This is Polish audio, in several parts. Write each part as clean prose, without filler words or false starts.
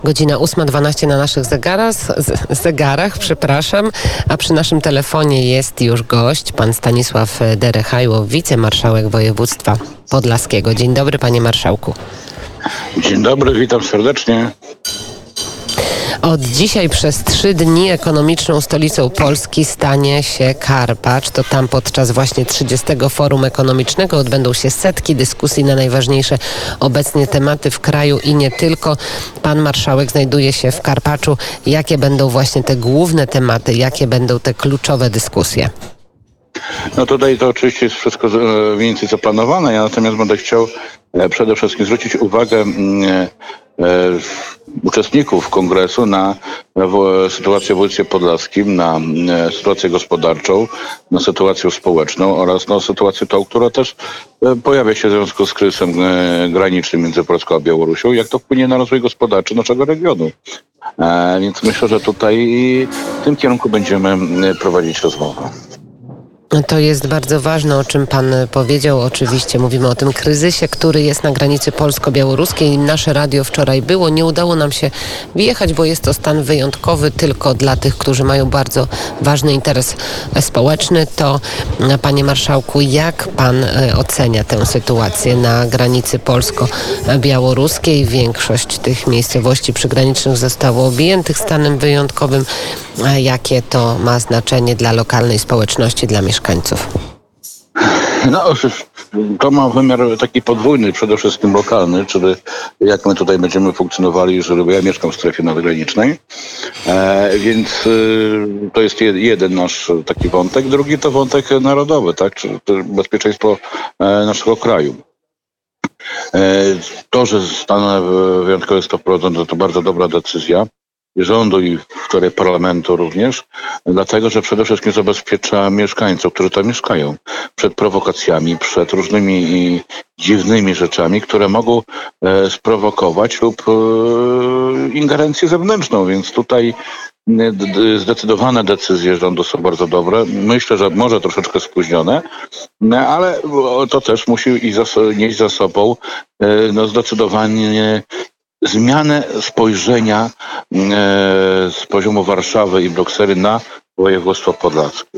Godzina 8:12 na naszych zegarach, a przy naszym telefonie jest już gość, pan Stanisław Derechajło, wicemarszałek województwa podlaskiego. Dzień dobry, panie marszałku. Dzień dobry, witam serdecznie. Od dzisiaj przez 3 dni ekonomiczną stolicą Polski stanie się Karpacz. To tam podczas właśnie 30. Forum Ekonomicznego odbędą się setki dyskusji na najważniejsze obecnie tematy w kraju i nie tylko. Pan marszałek znajduje się w Karpaczu. Jakie będą właśnie te główne tematy? Jakie będą te kluczowe dyskusje? No tutaj to oczywiście jest wszystko mniej więcej zaplanowane. Ja natomiast będę chciał przede wszystkim zwrócić uwagę uczestników kongresu na sytuację w województwie podlaskim, na sytuację gospodarczą, na sytuację społeczną oraz na sytuację tą, która też pojawia się w związku z kryzysem granicznym między Polską a Białorusią, jak to wpłynie na rozwój gospodarczy naszego regionu. Więc myślę, że tutaj w tym kierunku będziemy prowadzić rozmowę. To jest bardzo ważne, o czym pan powiedział. Oczywiście mówimy o tym kryzysie, który jest na granicy polsko-białoruskiej. Nasze radio wczoraj było. Nie udało nam się wjechać, bo jest to stan wyjątkowy tylko dla tych, którzy mają bardzo ważny interes społeczny. To, panie marszałku, jak pan ocenia tę sytuację na granicy polsko-białoruskiej? Większość tych miejscowości przygranicznych zostało objętych stanem wyjątkowym. Jakie to ma znaczenie dla lokalnej społeczności, dla mieszkańców? No, to ma wymiar taki podwójny, przede wszystkim lokalny, czyli jak my tutaj będziemy funkcjonowali, jeżeli ja mieszkam w strefie nadgranicznej, więc to jest jeden nasz taki wątek. Drugi to wątek narodowy, tak, czyli bezpieczeństwo naszego kraju. To, że stan wyjątkowy jest to wprowadzone, to bardzo dobra decyzja rządu i wczoraj parlamentu również, dlatego, że przede wszystkim zabezpiecza mieszkańców, którzy tam mieszkają, przed prowokacjami, przed różnymi dziwnymi rzeczami, które mogą sprowokować lub ingerencję zewnętrzną, więc tutaj zdecydowane decyzje rządu są bardzo dobre. Myślę, że może troszeczkę spóźnione, ale to też musi nieść za sobą zdecydowanie zmianę spojrzenia z poziomu Warszawy i Bruksery na województwo podlaskie.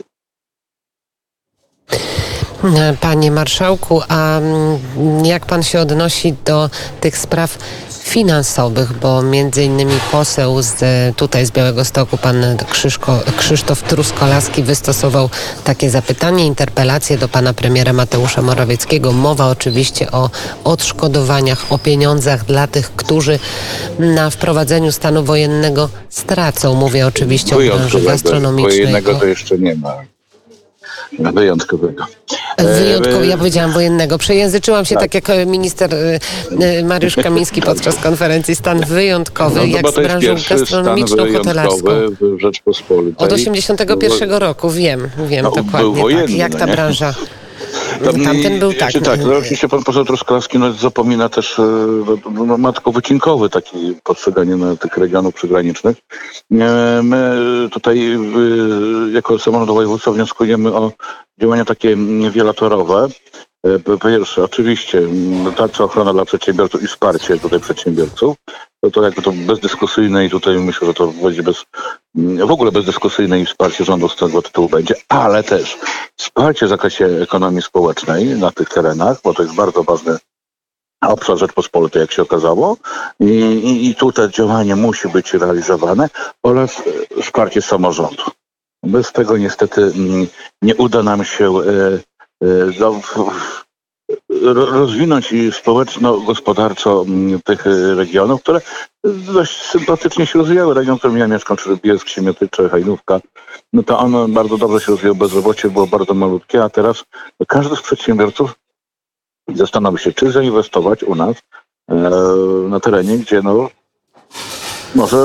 Panie marszałku, a jak pan się odnosi do tych spraw finansowych, bo między innymi poseł tutaj z Białegostoku, pan Krzysztof Truskolaski wystosował takie zapytanie, interpelację do pana premiera Mateusza Morawieckiego. Mowa oczywiście o odszkodowaniach, o pieniądzach dla tych, którzy na wprowadzeniu stanu wojennego stracą. Mówię oczywiście o branży gastronomicznej. Wojennego to jeszcze nie ma. Wyjątkowego. Ja powiedziałam wojennego. Przejęzyczyłam się tak jak minister Mariusz Kamiński podczas konferencji. Stan wyjątkowy, jak z branżą gastronomiczną, hotelarską. W Rzeczpospolitej. Od 1981 roku, wiem dokładnie. Tak, jak ta branża. Tamten był tak. Oczywiście pan poseł Truskolaski zapomina też, ma tylko wycinkowy taki postrzeganie na tych regionów przygranicznych. My tutaj jako samorząd województwa wnioskujemy o działania takie wielotoorowe. Po pierwsze, oczywiście tarcza ochrona dla przedsiębiorców i wsparcie tutaj przedsiębiorców. To jakby to bezdyskusyjne i tutaj myślę, że to będzie w ogóle bezdyskusyjne i wsparcie rządu z tego tytułu będzie, ale też wsparcie w zakresie ekonomii społecznej na tych terenach, bo to jest bardzo ważny obszar Rzeczpospolitej, jak się okazało. I tutaj działanie musi być realizowane oraz wsparcie samorządu. Bez tego niestety nie uda nam się rozwinąć społeczno-gospodarczo tych regionów, które dość sympatycznie się rozwijały. Region, w którym ja mieszkam, czyli Bielsk, Siemiatycze, Hajnówka, no to on bardzo dobrze się rozwijał, bezrobocie było bardzo malutkie, a teraz każdy z przedsiębiowców zastanowi się, czy zainwestować u nas na terenie, gdzie może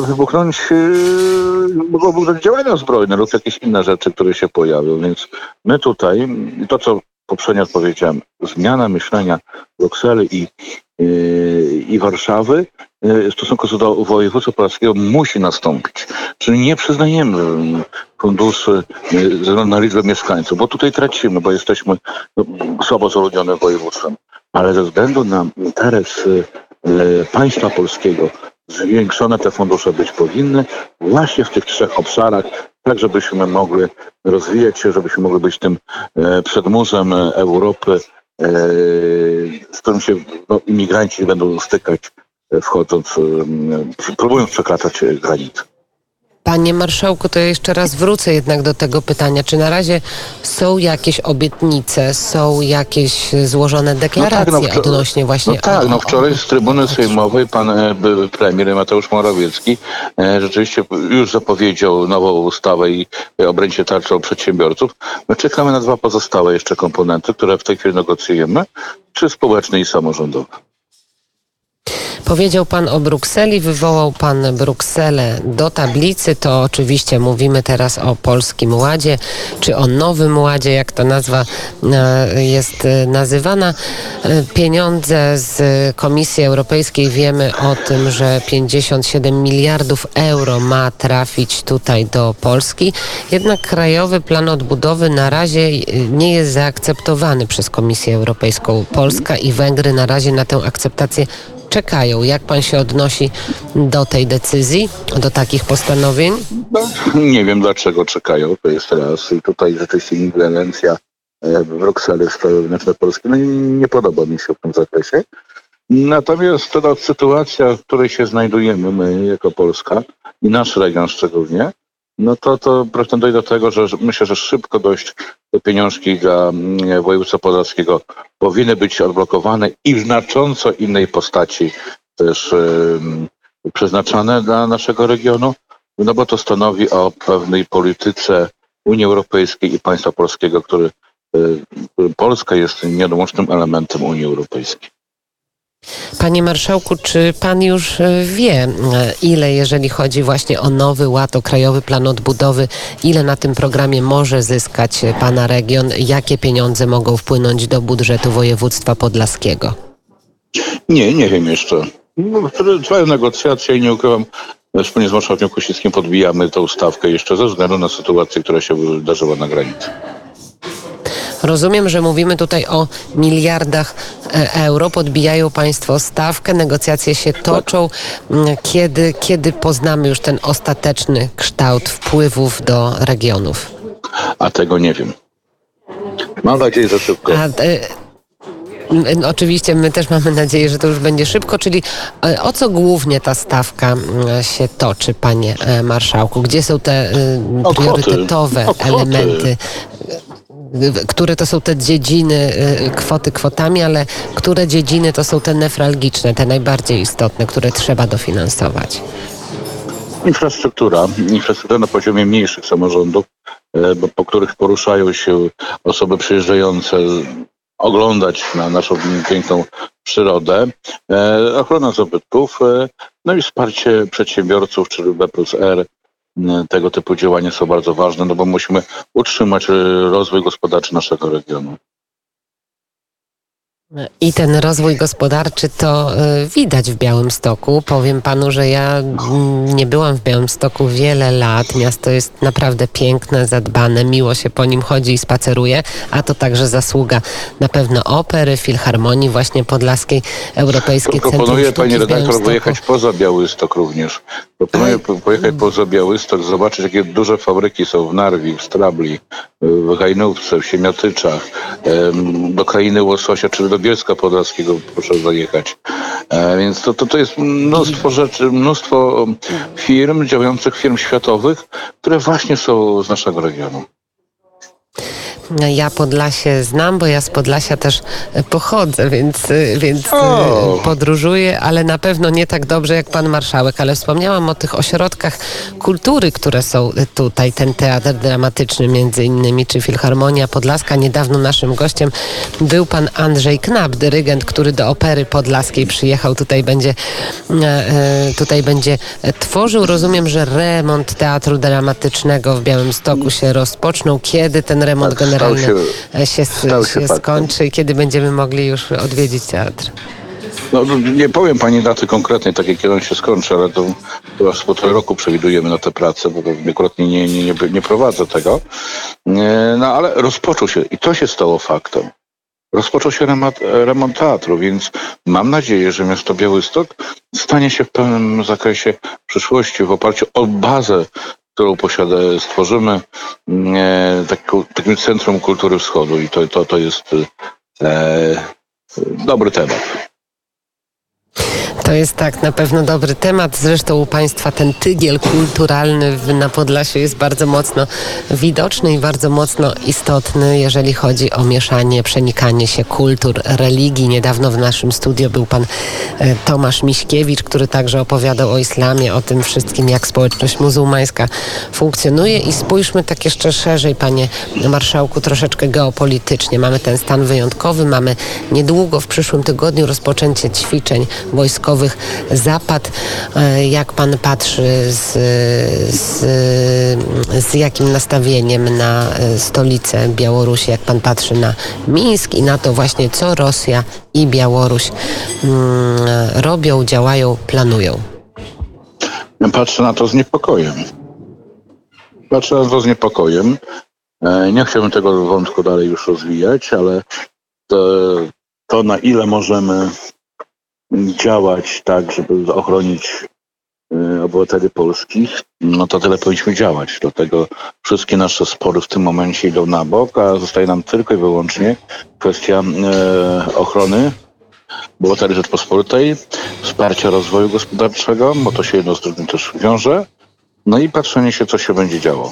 mogą wybuchnąć działania zbrojne lub jakieś inne rzeczy, które się pojawią. Więc my tutaj, to co poprzednio odpowiedziałem, zmiana myślenia Brukseli i Warszawy w stosunku do województwa podlaskiego musi nastąpić. Czyli nie przyznajemy funduszy ze względu na liczbę mieszkańców, bo tutaj tracimy, bo jesteśmy słabo zaludnionym województwem. Ale ze względu na interes państwa polskiego zwiększone te fundusze być powinny właśnie w tych 3 obszarach, tak żebyśmy mogli rozwijać się, żebyśmy mogli być tym przedmurzem Europy, z którym się imigranci będą stykać, wchodząc, próbując przekraczać granice. Panie marszałku, to ja jeszcze raz wrócę jednak do tego pytania. Czy na razie są jakieś obietnice, są jakieś złożone deklaracje odnośnie właśnie... Wczoraj z trybuny sejmowej pan premier Mateusz Morawiecki rzeczywiście już zapowiedział nową ustawę i obręcie tarczy o przedsiębiorców. My czekamy na 2 pozostałe jeszcze komponenty, które w tej chwili negocjujemy, czy społeczne i samorządowe. Powiedział pan o Brukseli, wywołał pan Brukselę do tablicy. To oczywiście mówimy teraz o Polskim Ładzie, czy o Nowym Ładzie, jak ta nazwa jest nazywana. Pieniądze z Komisji Europejskiej, wiemy o tym, że 57 miliardów euro ma trafić tutaj do Polski. Jednak Krajowy Plan Odbudowy na razie nie jest zaakceptowany przez Komisję Europejską. Polska i Węgry na razie na tę akceptację czekają. Jak pan się odnosi do tej decyzji, do takich postanowień? Nie wiem, dlaczego czekają, to jest raz. I tutaj rzeczywiście ingerencja Brukseli w sprawy wewnętrzne Polski nie podoba mi się w tym zakresie. Natomiast sytuacja, w której się znajdujemy my jako Polska i nasz region szczególnie, to pretenduje do tego, że myślę, że szybko dość te pieniążki dla województwa podlaskiego powinny być odblokowane i w znacząco innej postaci też przeznaczane dla naszego regionu, bo to stanowi o pewnej polityce Unii Europejskiej i państwa polskiego, który Polska jest nieodłącznym elementem Unii Europejskiej. Panie marszałku, czy pan już wie, ile, jeżeli chodzi właśnie o Nowy Ład, o Krajowy Plan Odbudowy, ile na tym programie może zyskać pana region? Jakie pieniądze mogą wpłynąć do budżetu województwa podlaskiego? Nie wiem jeszcze. Trwają negocjacje i nie ukrywam, wspólnie z marszałkiem Kościńskim podbijamy tę stawkę jeszcze ze względu na sytuację, która się wydarzyła na granicy. Rozumiem, że mówimy tutaj o miliardach euro. Podbijają państwo stawkę, negocjacje się toczą. Kiedy poznamy już ten ostateczny kształt wpływów do regionów? A tego nie wiem. Mam nadzieję, że szybko. Oczywiście my też mamy nadzieję, że to już będzie szybko, czyli o co głównie ta stawka się toczy, panie marszałku? Gdzie są te priorytetowe elementy? Które to są te dziedziny, kwoty kwotami, ale które dziedziny to są te newralgiczne, te najbardziej istotne, które trzeba dofinansować? Infrastruktura na poziomie mniejszych samorządów, po których poruszają się osoby przyjeżdżające oglądać na naszą piękną przyrodę, ochrona zabytków, i wsparcie przedsiębiorców, czyli B+R. Tego typu działania są bardzo ważne, bo musimy utrzymać rozwój gospodarczy naszego regionu. I ten rozwój gospodarczy to widać w Białymstoku. Powiem panu, że ja nie byłam w Białymstoku wiele lat. Miasto jest naprawdę piękne, zadbane, miło się po nim chodzi i spaceruje, a to także zasługa na pewno Opery, Filharmonii właśnie Podlaskiej, Europejskiej Centrum Sztuki w Białymstoku. Proponuję, pani redaktor, wyjechać poza Białystok również. Proponuję pojechać poza Białystok, zobaczyć, jakie duże fabryki są w Narwi, w Strabli, w Hajnówce, w Siemiatyczach, do Krainy Łososia, czy do Bielska Podlaskiego proszę zajechać. Więc to jest mnóstwo rzeczy, mnóstwo firm, działających firm światowych, które właśnie są z naszego regionu. Ja Podlasie znam, bo ja z Podlasia też pochodzę, więc podróżuję, ale na pewno nie tak dobrze jak pan marszałek. Ale wspomniałam o tych ośrodkach kultury, które są tutaj. Ten teatr dramatyczny między innymi, czy Filharmonia Podlaska. Niedawno naszym gościem był pan Andrzej Knap, dyrygent, który do Opery Podlaskiej przyjechał. Tutaj będzie tworzył. Rozumiem, że remont teatru dramatycznego w Białymstoku się rozpoczął. Kiedy ten remont generalnie się skończy i kiedy będziemy mogli już odwiedzić teatr? Nie powiem pani daty konkretnej, takiej kiedy on się skończy, ale to chyba w półtora roku przewidujemy na tę pracę, bo wielokrotnie nie prowadzę tego. Ale rozpoczął się i to się stało faktem. rozpoczął się remont teatru, więc mam nadzieję, że miasto Białystok stanie się w pełnym zakresie w przyszłości w oparciu o bazę, którą stworzymy takim Centrum Kultury Wschodu i to jest dobry temat. To jest tak na pewno dobry temat. Zresztą u Państwa ten tygiel kulturalny na Podlasiu jest bardzo mocno widoczny i bardzo mocno istotny, jeżeli chodzi o mieszanie, przenikanie się kultur, religii. Niedawno w naszym studiu był pan Tomasz Miśkiewicz, który także opowiadał o islamie, o tym wszystkim, jak społeczność muzułmańska funkcjonuje. I spójrzmy tak jeszcze szerzej, panie marszałku, troszeczkę geopolitycznie. Mamy ten stan wyjątkowy, mamy niedługo w przyszłym tygodniu rozpoczęcie ćwiczeń wojskowych Zapad. Jak pan patrzy, z jakim nastawieniem na stolicę Białorusi, jak pan patrzy na Mińsk i na to właśnie, co Rosja i Białoruś robią, działają, planują? Ja patrzę na to z niepokojem. Nie chciałbym tego wątku dalej już rozwijać, ale to na ile możemy działać tak, żeby ochronić obywateli polskich, no to tyle powinniśmy działać. Dlatego wszystkie nasze spory w tym momencie idą na bok, a zostaje nam tylko i wyłącznie kwestia ochrony obywateli Rzeczpospolitej, wsparcia rozwoju gospodarczego, bo to się jedno z drugim też wiąże, no i patrzenie się, co się będzie działo.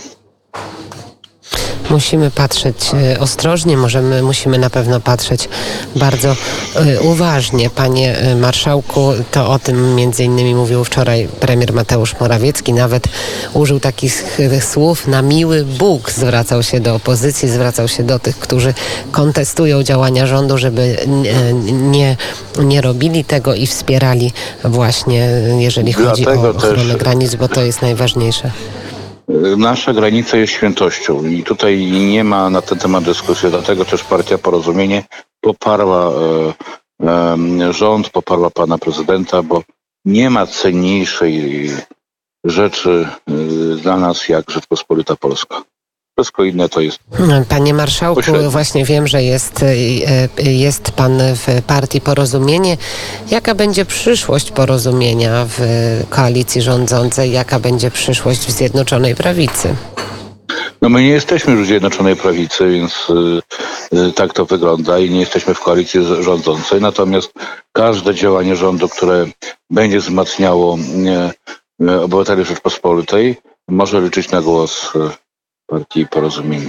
Musimy patrzeć ostrożnie, musimy na pewno patrzeć bardzo uważnie. Panie marszałku, to o tym między innymi mówił wczoraj premier Mateusz Morawiecki. Nawet użył takich słów: na miły Bóg zwracał się do opozycji, zwracał się do tych, którzy kontestują działania rządu, żeby nie robili tego i wspierali właśnie, jeżeli chodzi o ochronę granic, bo to jest najważniejsze. Nasza granica jest świętością i tutaj nie ma na ten temat dyskusji, dlatego też Partia Porozumienie poparła rząd, poparła pana prezydenta, bo nie ma cenniejszej rzeczy dla nas jak Rzeczpospolita Polska. Wszystko inne to jest... Panie marszałku, właśnie wiem, że jest pan w Partii Porozumienie. Jaka będzie przyszłość Porozumienia w koalicji rządzącej? Jaka będzie przyszłość w Zjednoczonej Prawicy? No my nie jesteśmy już w Zjednoczonej Prawicy, więc tak to wygląda i nie jesteśmy w koalicji rządzącej. Natomiast każde działanie rządu, które będzie wzmacniało obywateli Rzeczpospolitej, może liczyć na głos Partii Porozumienia.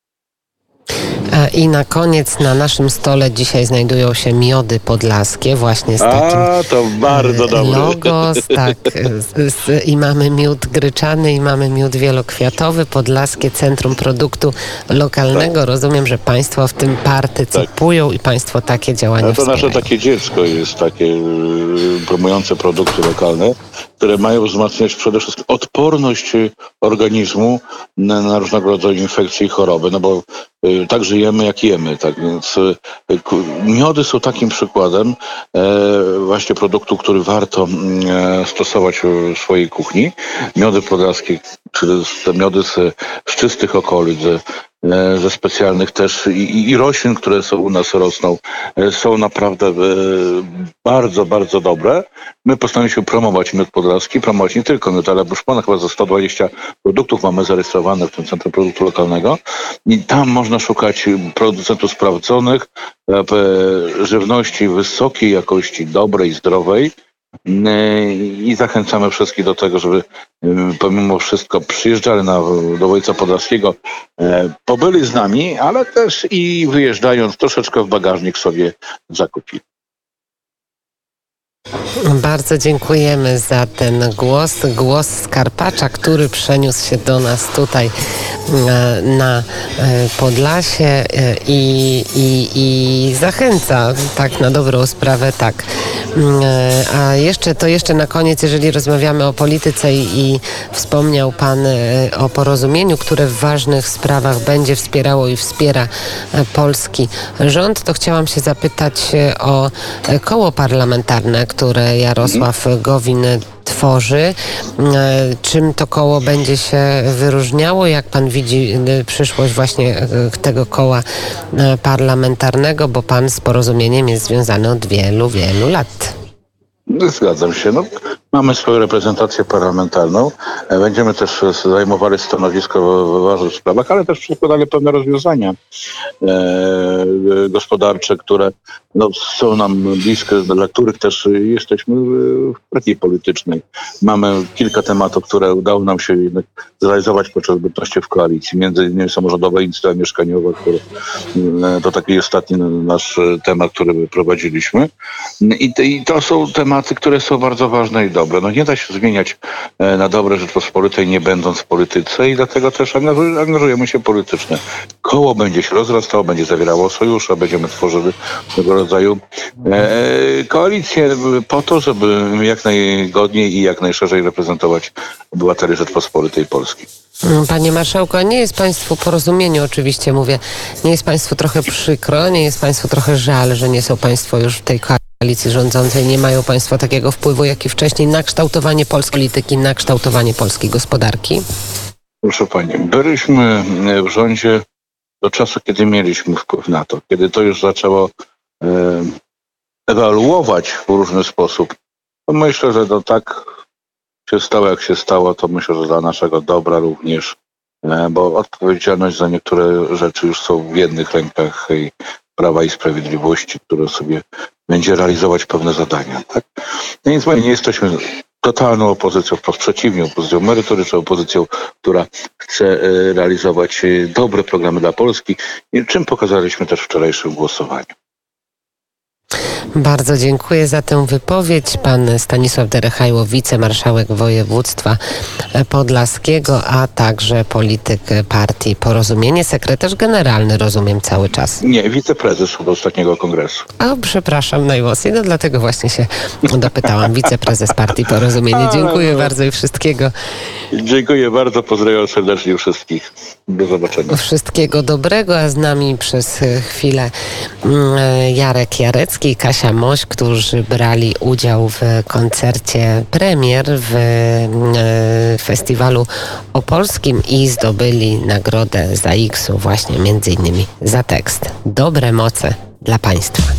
I na koniec na naszym stole dzisiaj znajdują się miody podlaskie, właśnie z takim to bardzo dobre logo, tak, i mamy miód gryczany i mamy miód wielokwiatowy, Podlaskie Centrum Produktu Lokalnego. Tak. Rozumiem, że państwo w tym partycypują i państwo takie działania wspierają. Nasze takie dziecko jest takie promujące produkty lokalne, które mają wzmacniać przede wszystkim odporność organizmu na różnego rodzaju infekcje i choroby, no bo tak żyjemy, jak jemy. Tak więc miody są takim przykładem właśnie produktu, który warto stosować w swojej kuchni. Miody podlaskie, czy te miody z czystych okolic, ze specjalnych też i roślin, które u nas rosną, są naprawdę bardzo, bardzo dobre. My postanowiliśmy promować miód podlaski, promować nie tylko miód, ale już ponad chyba za 120 produktów mamy zarejestrowane w tym Centrum Produktu Lokalnego i tam można szukać producentów sprawdzonych, żywności wysokiej jakości, dobrej, zdrowej. I zachęcamy wszystkich do tego, żeby pomimo wszystko przyjeżdżali do województwa podlaskiego, pobyli z nami, ale też i wyjeżdżając troszeczkę w bagażnik sobie zakupili. Bardzo dziękujemy za ten głos z Karpacza, który przeniósł się do nas tutaj na Podlasie i zachęca tak na dobrą sprawę, tak. A jeszcze na koniec, jeżeli rozmawiamy o polityce i wspomniał pan o porozumieniu, które w ważnych sprawach będzie wspierało i wspiera polski rząd, to chciałam się zapytać o koło parlamentarne, które które Jarosław Gowin tworzy. Czym to koło będzie się wyróżniało? Jak pan widzi przyszłość właśnie tego koła parlamentarnego, bo pan z Porozumieniem jest związany od wielu, wielu lat. Zgadzam się. Mamy swoją reprezentację parlamentarną. Będziemy też zajmowali stanowisko w ważnych sprawach, ale też przedkładali pewne rozwiązania gospodarcze, które są nam bliskie, dla których też jesteśmy w partii politycznej. Mamy kilka tematów, które udało nam się zrealizować podczas bytności w koalicji. Między innymi samorządowa inicjatywa mieszkaniowa, to taki ostatni nasz temat, który prowadziliśmy. I to są tematy, które są bardzo ważne i dobre. Nie da się zmieniać na dobre Rzeczpospolitej, nie będąc w polityce i dlatego też angażujemy się politycznie. Koło będzie się rozrastało, będzie zawierało sojusze, będziemy tworzyli tego rodzaju koalicje po to, żeby jak najgodniej i jak najszerzej reprezentować obywateli Rzeczpospolitej Polskiej. Panie marszałku, a nie jest państwu, Porozumieniu oczywiście mówię, nie jest państwu trochę przykro, nie jest państwu trochę żal, że nie są państwo już w tej koalicji rządzącej, nie mają państwo takiego wpływu, jak i wcześniej na kształtowanie polskiej polityki, na kształtowanie polskiej gospodarki? Proszę pani, byliśmy w rządzie do czasu, kiedy mieliśmy wpływ na to, kiedy to już zaczęło ewaluować w różny sposób. To myślę, że tak się stało, jak się stało, to myślę, że dla naszego dobra również, bo odpowiedzialność za niektóre rzeczy już są w jednych rękach i Prawa i Sprawiedliwości, które sobie będzie realizować pewne zadania. Tak? No więc nie jesteśmy totalną opozycją, przeciwnie, opozycją merytoryczną, opozycją, która chce realizować dobre programy dla Polski, czym pokazaliśmy też w wczorajszym głosowaniu. Bardzo dziękuję za tę wypowiedź. Pan Stanisław Derechajło, wicemarszałek województwa podlaskiego, a także polityk partii Porozumienie, sekretarz generalny, rozumiem, cały czas. Nie, wiceprezes do ostatniego kongresu. Przepraszam najmocniej, dlatego właśnie się dopytałam. Wiceprezes partii Porozumienie. Dziękuję bardzo i wszystkiego. Dziękuję bardzo, pozdrawiam serdecznie wszystkich. Do zobaczenia. Wszystkiego dobrego, a z nami przez chwilę Jarek Jarecki i Kasia Moś, którzy brali udział w koncercie premier w festiwalu opolskim i zdobyli nagrodę ZAX-u właśnie między innymi za tekst. Dobre moce dla państwa.